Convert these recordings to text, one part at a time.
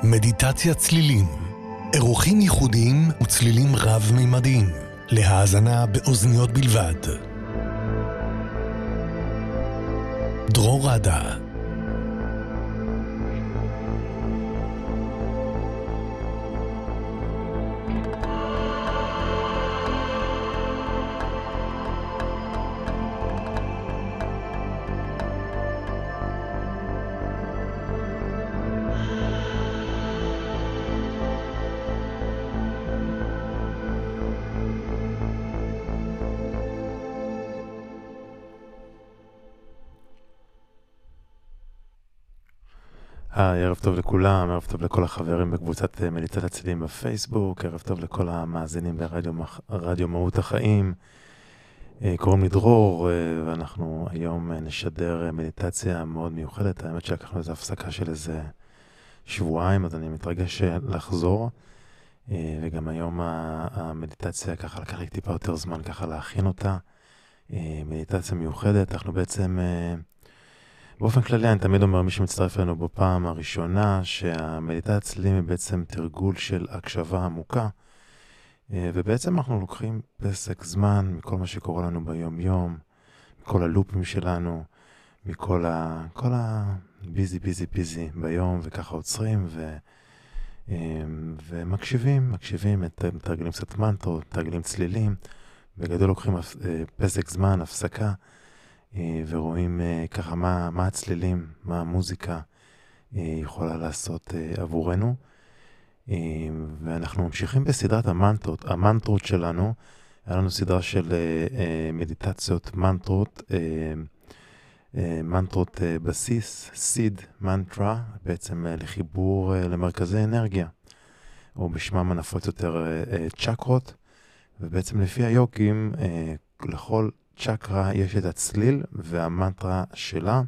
מדיטציה צלילים, אירוחים ייחודיים וצלילים רב-מימדיים, להאזנה באוזניות בלבד. דרור רדה. ערב טוב לכולם, ערב טוב לכל החברים בקבוצת מדיטציה צלילים בפייסבוק, ערב טוב לכל המאזינים ברדיו מהות החיים. קוראים לי דרור, ואנחנו היום נשדר מדיטציה מאוד מיוחדת. האמת שלקחנו איזו הפסקה של איזה שבועיים, אז אני מתרגש לחזור. וגם היום המדיטציה ככה לקח לי טיפה יותר זמן ככה להכין אותה. מדיטציה מיוחדת, אנחנו בעצם... באופן כללי אני תמיד אומר, מי שמצטרף אלינו בפעם הראשונה, שהמדיטציה צלילים היא בעצם תרגול של הקשבה עמוקה, ובעצם אנחנו לוקחים פסק זמן מכל מה שקורה לנו ביום יום, מכל הלופים שלנו, מכל ביזי ביום, וככה עוצרים ומקשיבים, מתרגלים קצת מנטרות, מתרגלים צלילים, בגדול לוקחים פסק זמן, הפסקה, ורואים ככה מה הצלילים, מה המוזיקה יכולה לעשות עבורנו. ואנחנו ממשיכים בסדרת המנטרות שלנו. היה לנו סדרה של מדיטציות מנטרות בסיס, סיד מנטרה, בעצם לחיבור למרכזי אנרגיה, או בשמם הנפוץ יותר צ'קרות. ובעצם לפי היוגים, לכל צ'קרה יש את הצליל והמנטרה שלה,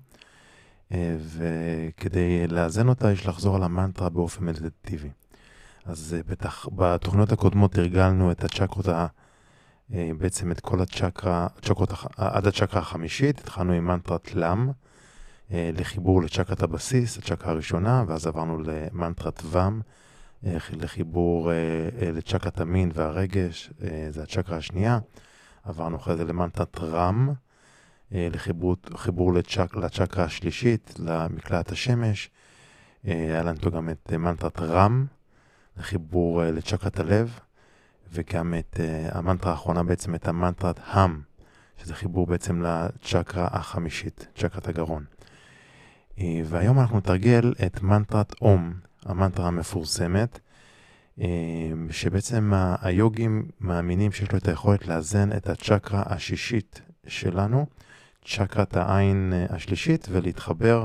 וכדי לאזן אותה יש לחזור על המנטרה באופן מדיטטיבי. אז בטח בתוכניות הקודמות תרגלנו את הצ'קרות, בעצם את כל הצ'קרות עד הצ'קרה החמישית. התחלנו עם מנטרת לם, לחיבור לצ'קרת הבסיס, הצ'קרה הראשונה, ואז עברנו למנטרת ום, לחיבור לצ'קרת המין והרגש, זה הצ'קרה השנייה. עברנו אחרי זה למנטרת רם, לחיבור לצ'קרה השלישית, למקלעת השמש. היה לנו גם את מנטרת רם, לחיבור לצ'קרת הלב, וגם את המנטרה האחרונה בעצם את המנטרת הם, שזה חיבור בעצם לצ'קרה החמישית, צ'קרת הגרון. והיום אנחנו נתרגל את מנטרת אום, המנטרה המפורסמת, שבעצם היוגים מאמינים שיש לו את היכולת לאזן את הצ'קרה השישית שלנו, צ'קרת העין השלישית, ולהתחבר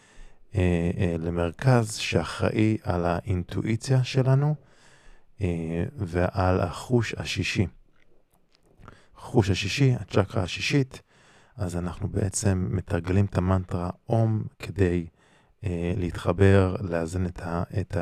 למרכז שאחראי על האינטואיציה שלנו ועל החוש השישי. חוש השישי, הצ'קרה השישית, אז אנחנו בעצם מתרגלים את המנטרה אום כדי להתחבר, לאזן את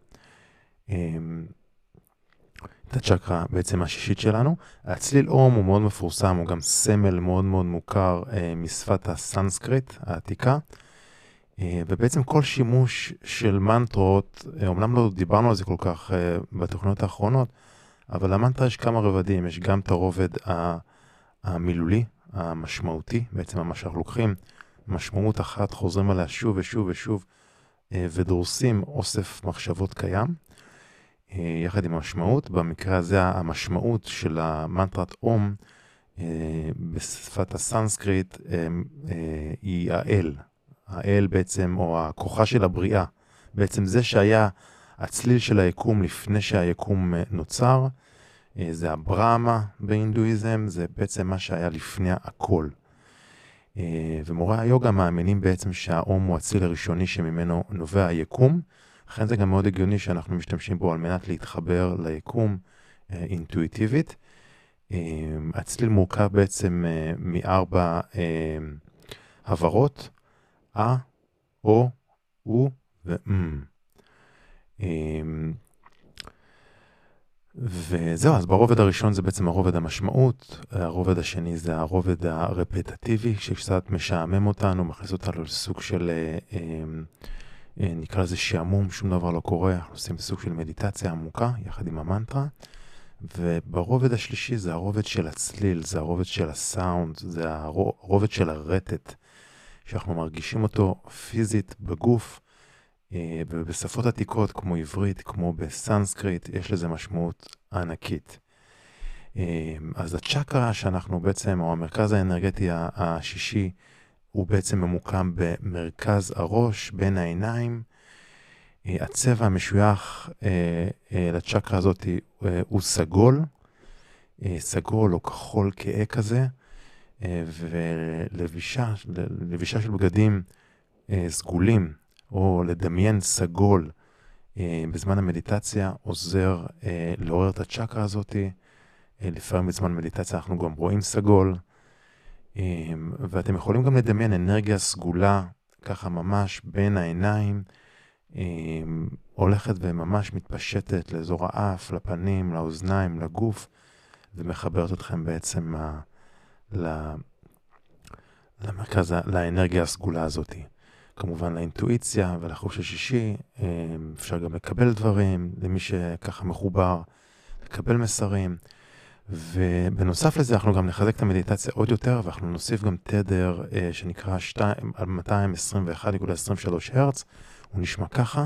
הצ'קרה בעצם השישית שלנו. הצליל אום הוא מאוד מפורסם, הוא גם סמל מאוד מאוד מוכר משפת הסנסקריט העתיקה, ובעצם כל שימוש של מנטרות, אומנם לא דיברנו על זה כל כך בתוכניות האחרונות, אבל למנטרה יש כמה רבדים. יש גם את הרובד המילולי, המשמעותי, בעצם מה שאנחנו לוקחים, משמעות אחת, חוזרים עליה שוב ושוב ושוב, ודורסים אוסף מחשבות קיים, יחד עם המשמעות. במקרה הזה המשמעות של המנטרת אום בשפת הסנסקריט היא האל. האל בעצם, או הכוחה של הבריאה. בעצם זה שהיה הצליל של היקום לפני שהיקום נוצר, זה הברמה בהינדואיזם, זה בעצם מה שהיה לפני הכל. ומורי היוגה מאמינים בעצם שהאום הוא הצליל הראשוני שממנו נובע היקום, לכן זה גם מאוד הגיוני שאנחנו משתמשים בו על מנת להתחבר ליקום אינטואיטיבית. הצליל מורכב בעצם מארבע הברות, או, ואם. וזהו, אז ברובד הראשון זה בעצם הרובד המשמעות, הרובד השני זה הרובד הרפטטיבי, שקצת משעמם אותנו, מכניס אותנו לסוג של נקרא לזה שעמום, שום דבר לא קורה, אנחנו עושים סוג של מדיטציה עמוקה, יחד עם המנטרה, וברובד השלישי זה הרובד של הצליל, זה הרובד של הסאונד, זה הרובד של הרטט, שאנחנו מרגישים אותו פיזית בגוף, ובשפות עתיקות כמו עברית, כמו בסנסקריט, יש לזה משמעות ענקית. אז הצ'קרה שאנחנו בעצם, או המרכז האנרגטי השישי, הוא בעצם ממוקם במרכז הראש, בין העיניים. הצבע המשוייך לצ'קרה הזאת הוא סגול, סגול או כחול כהה כזה, ולבישה של בגדים סגולים, או לדמיין סגול בזמן המדיטציה, עוזר לעורר את הצ'קרה הזאת. לפעמים בזמן מדיטציה אנחנו גם רואים סגול, ואתם יכולים גם לדמיין אנרגיה סגולה, ככה ממש בין העיניים, הולכת וממש מתפשטת לאזור האף, לפנים, לאוזניים, לגוף, ומחברת אתכם בעצם למרכז, לאנרגיה הסגולה הזאת. כמובן לאינטואיציה ולחוש השישי, אפשר גם לקבל דברים, למי שככה מחובר, לקבל מסרים, ובנוסף לזה אנחנו גם נחזק את המדיטציה עוד יותר, ואנחנו נוסיף גם תדר שנקרא 221.23 הרץ, הוא נשמע ככה.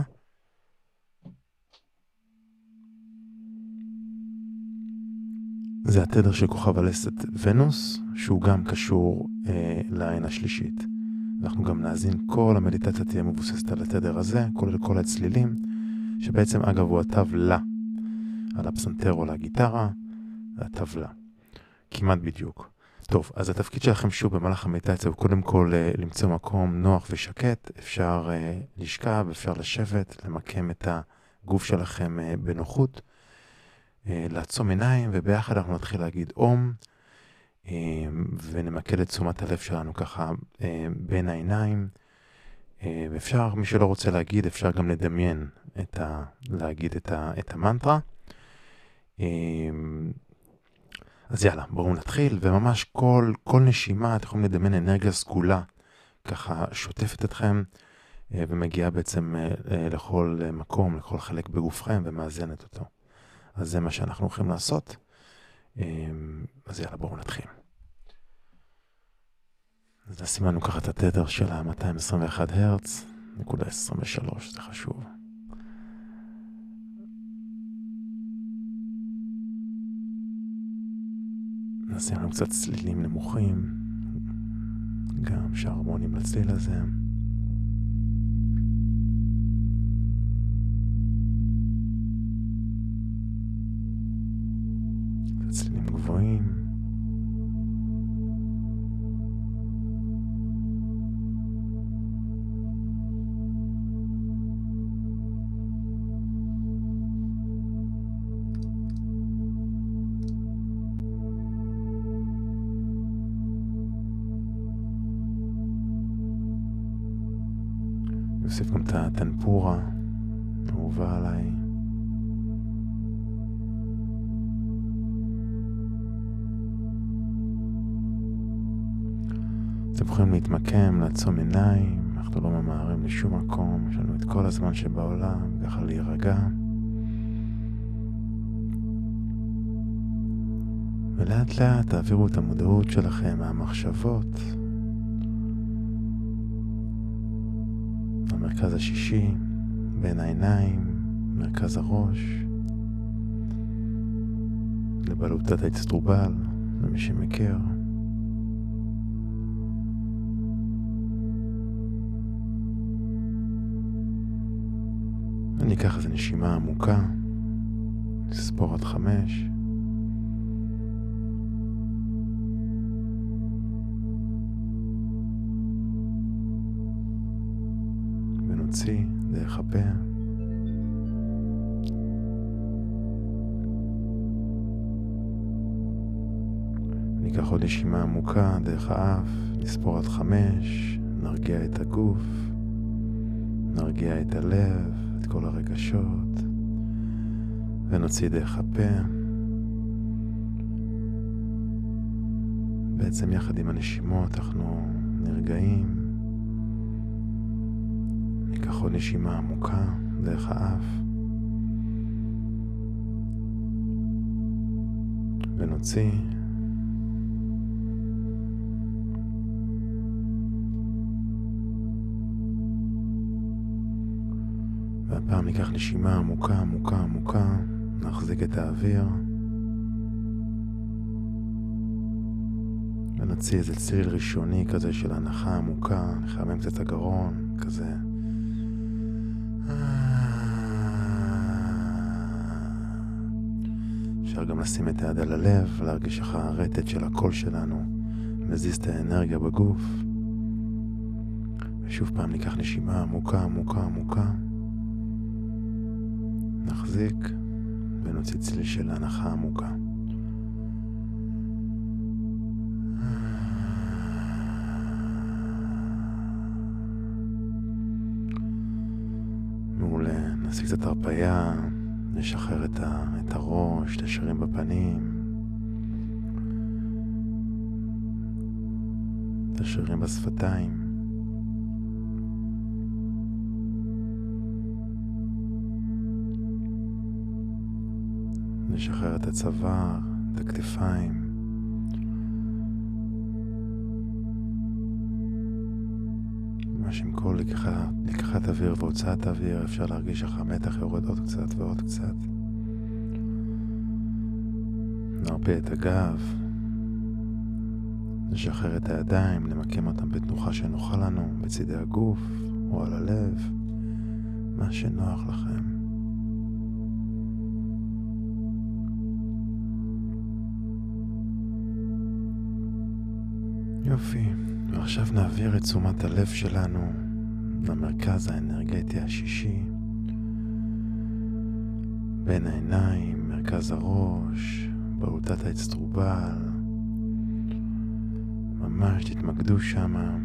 זה התדר של כוכב הלסת ונוס, שהוא גם קשור לעין השלישית. אנחנו גם נאזין, כל המדיטציה תהיה מבוססת על התדר הזה, כולל כל הצלילים, שבעצם אגב הוא התו לה, על הפסנתר או לגיטרה, הטבלה. כמעט בדיוק. טוב, אז התפקיד שלכם שוב במהלך המדיטציה הוא קודם כל למצוא מקום נוח ושקט, אפשר לשכב, אפשר לשבת, למקם את הגוף שלכם בנוחות, לעצום עיניים, וביחד אנחנו נתחיל להגיד אום, ונמקד את תשומת הלב שלנו ככה בין העיניים. ואפשר, מי שלא רוצה להגיד, אפשר גם לדמיין להגיד את המנטרה. אז יאללה, בואו נתחיל, וממש כל נשימה, אתם יכולים לדמיין אנרגיה סגולה, ככה שוטפת אתכם, ומגיעה בעצם לכל מקום, לכל חלק בגופכם, ומאזנת אותו. אז זה מה שאנחנו הולכים לעשות. אז יאללה, בואו נתחיל. אז נשים לנו ככה את התדר של ה-221 הרץ, נקודה 23, זה חשוב. נשים לנו קצת צלילים נמוכים, גם שהרמונים לצליל הזה. צלילים גבוהים. נוסיף גם את הטנפורה, אהובה עליי. אתם יכולים להתמקם, לעצום עיניים, אנחנו לא ממהרים לשום מקום, יש לנו את כל הזמן שבעולם, ככה להירגע. ולאט לאט תעבירו את המודעות שלכם מהמחשבות, המרכז השישי, בין העיניים, מרכז הראש, לבלוטת האצטרובל, למי שמכיר. אני אקח איזו נשימה עמוקה, נספור עד 5. ונוציא דרך הפה. ניקח עוד נשימה עמוקה דרך האף, נספור עד 5, נרגיע את הגוף, נרגיע את הלב, את כל הרגשות, ונוציא דרך הפה. בעצם יחד עם הנשימות אנחנו נרגעים. ניקח ניקח עוד נשימה עמוקה דרך האף. ונוציא. והפעם ניקח נשימה עמוקה, עמוקה, עמוקה. נחזיק את האוויר. ונוציא איזה צליל ראשוני כזה של הנחה עמוקה. נחמם קצת הגרון, כזה. אפשר גם לשים את היד על הלב, להרגיש איך הרטט של הקול שלנו מזיז את האנרגיה בגוף. ושוב פעם ניקח נשימה עמוקה, עמוקה, עמוקה. נחזיק ונוציא צליל של הנחה עמוקה. מעולה, נעשה קצת הרפאיה, נשחרר את הראש, את השרירים בפנים, את השרירים בשפתיים. נשחרר את הצוואר, את הכתפיים. ממש עם כל לקיחת אוויר והוצאת אוויר אפשר להרגיש איך המתח יורד עוד קצת ועוד קצת. נרפא את הגב. נשחרר את הידיים, נמקם אותם בתנוחה שנוחה לנו, בצידי הגוף או על הלב, מה שנוח לכם. יופי, ועכשיו נעביר את תשומת הלב שלנו למרכז האנרגטי השישי, בין העיניים, מרכז הראש, בלוטת האצטרובל. ממש תתמקדו שמה.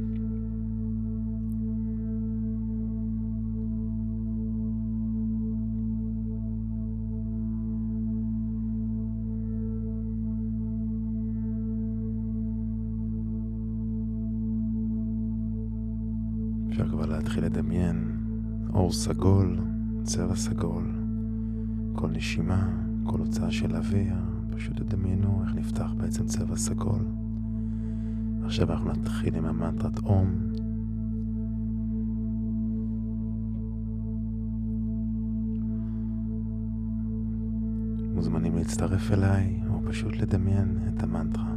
אפשר כבר להתחיל לדמיין אור סגול, צבע סגול, כל נשימה, כל הוצאה של אוויר, פשוט תדמיינו איך נפתח בעצם צבע סגול. עכשיו אנחנו נתחיל עם המנטרת אום. מוזמנים להצטרף אליי או פשוט לדמיין את המנטרה.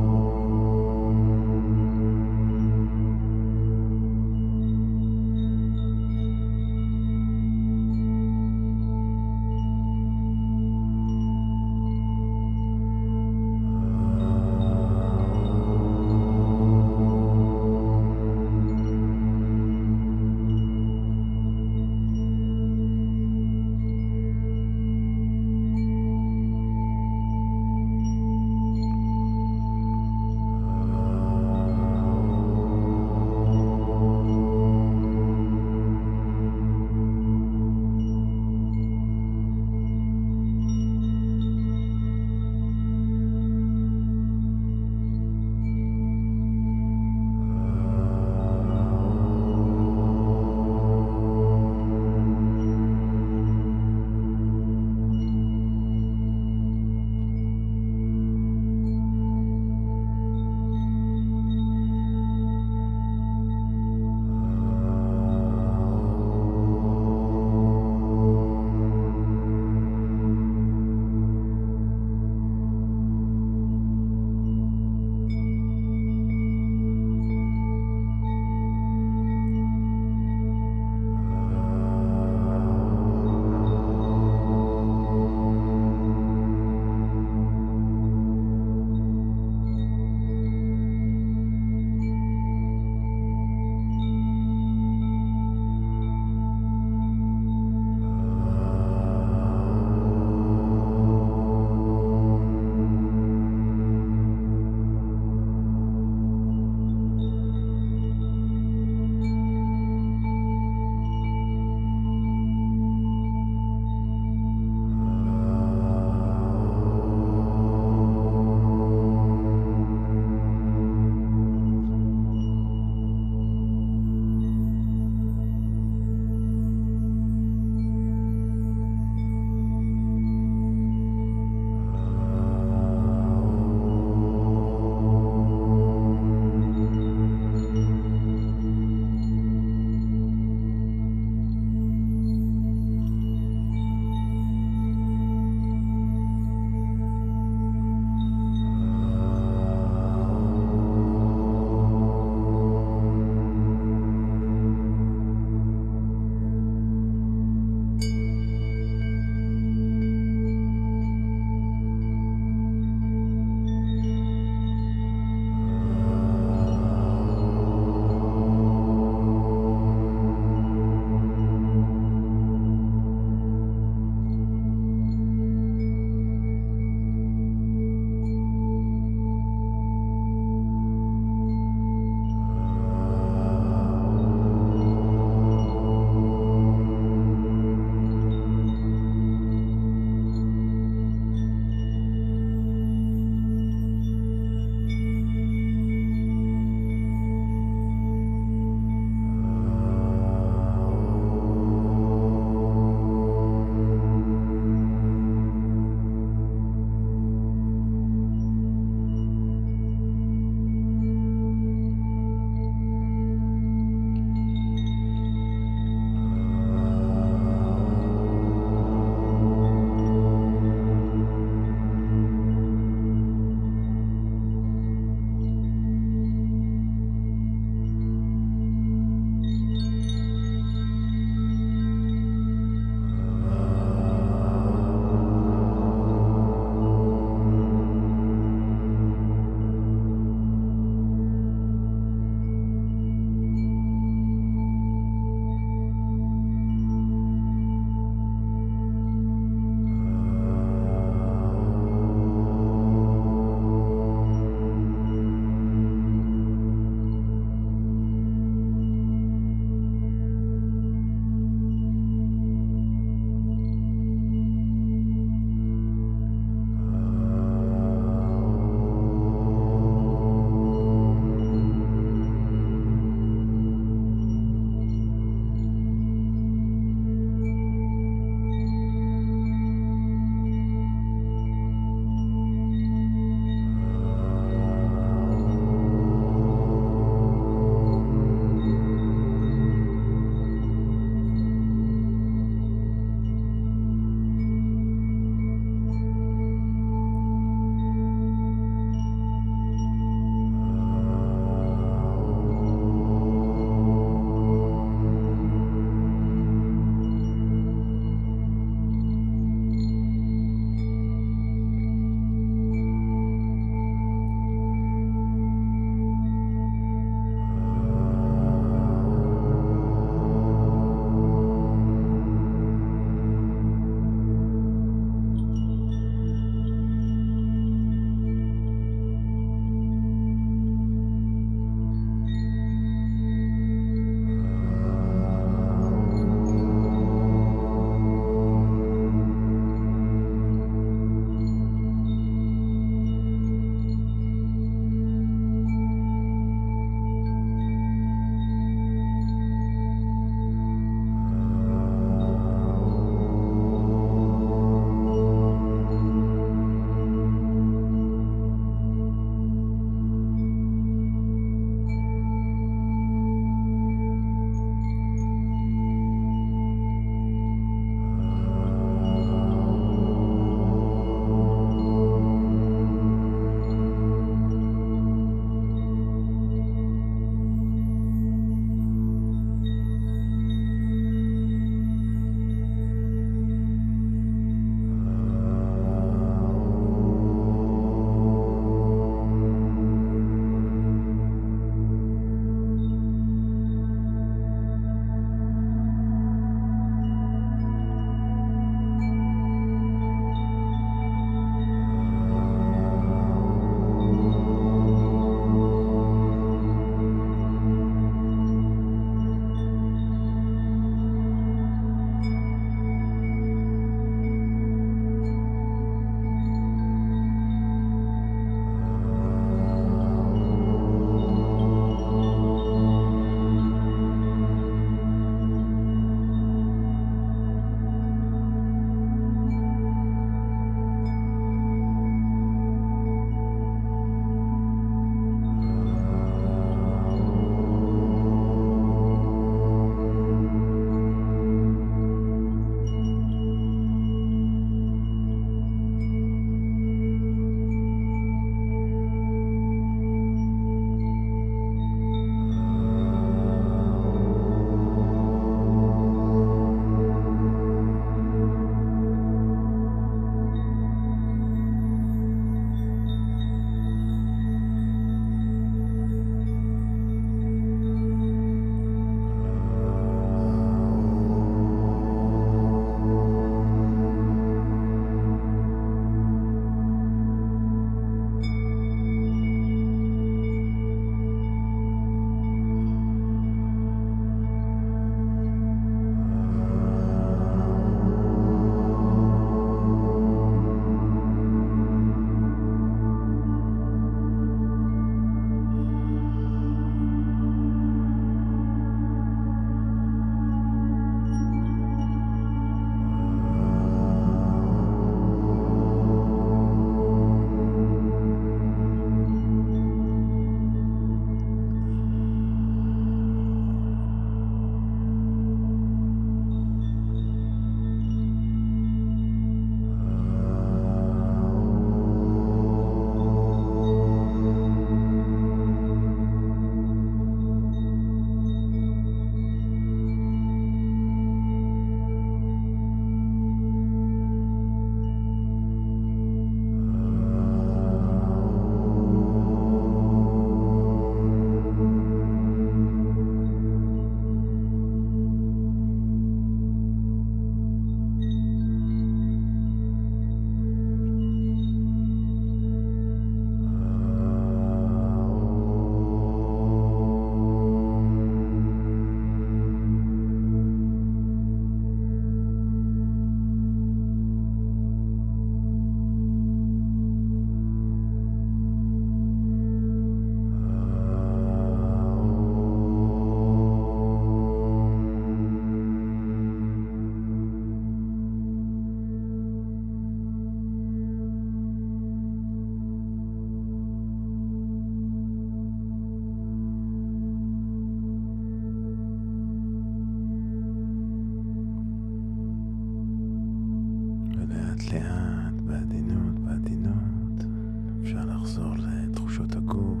לאט לאט, בעדינות, בעדינות, אפשר לחזור לתחושות הגוף.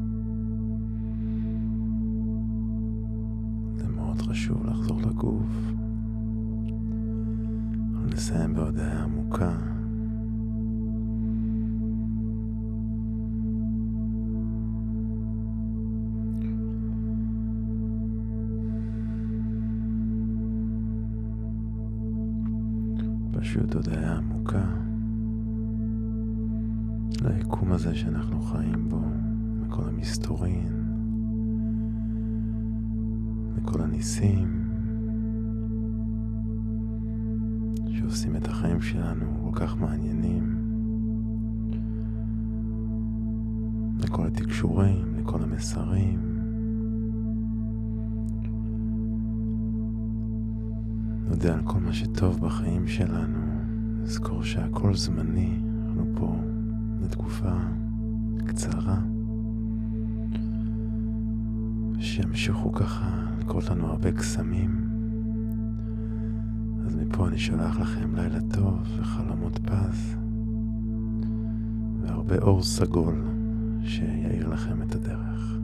זה מאוד חשוב לחזור לגוף. נסיים בהודעה עמוקה. פשוט הודעה עמוקה ליקום הזה שאנחנו חיים בו, לכל המסתורין, לכל הניסים שעושים את החיים שלנו כל כך מעניינים, לכל התקשורים, לכל המסרים. נודע על כל מה שטוב בחיים שלנו, נזכור שהכל זמני, אנחנו פה לתקופה קצרה, שימשכו ככה לקרות לנו הרבה קסמים. אז מפה אני שולח לכם לילה טוב וחלומות פז והרבה אור סגול שיעיר לכם את הדרך.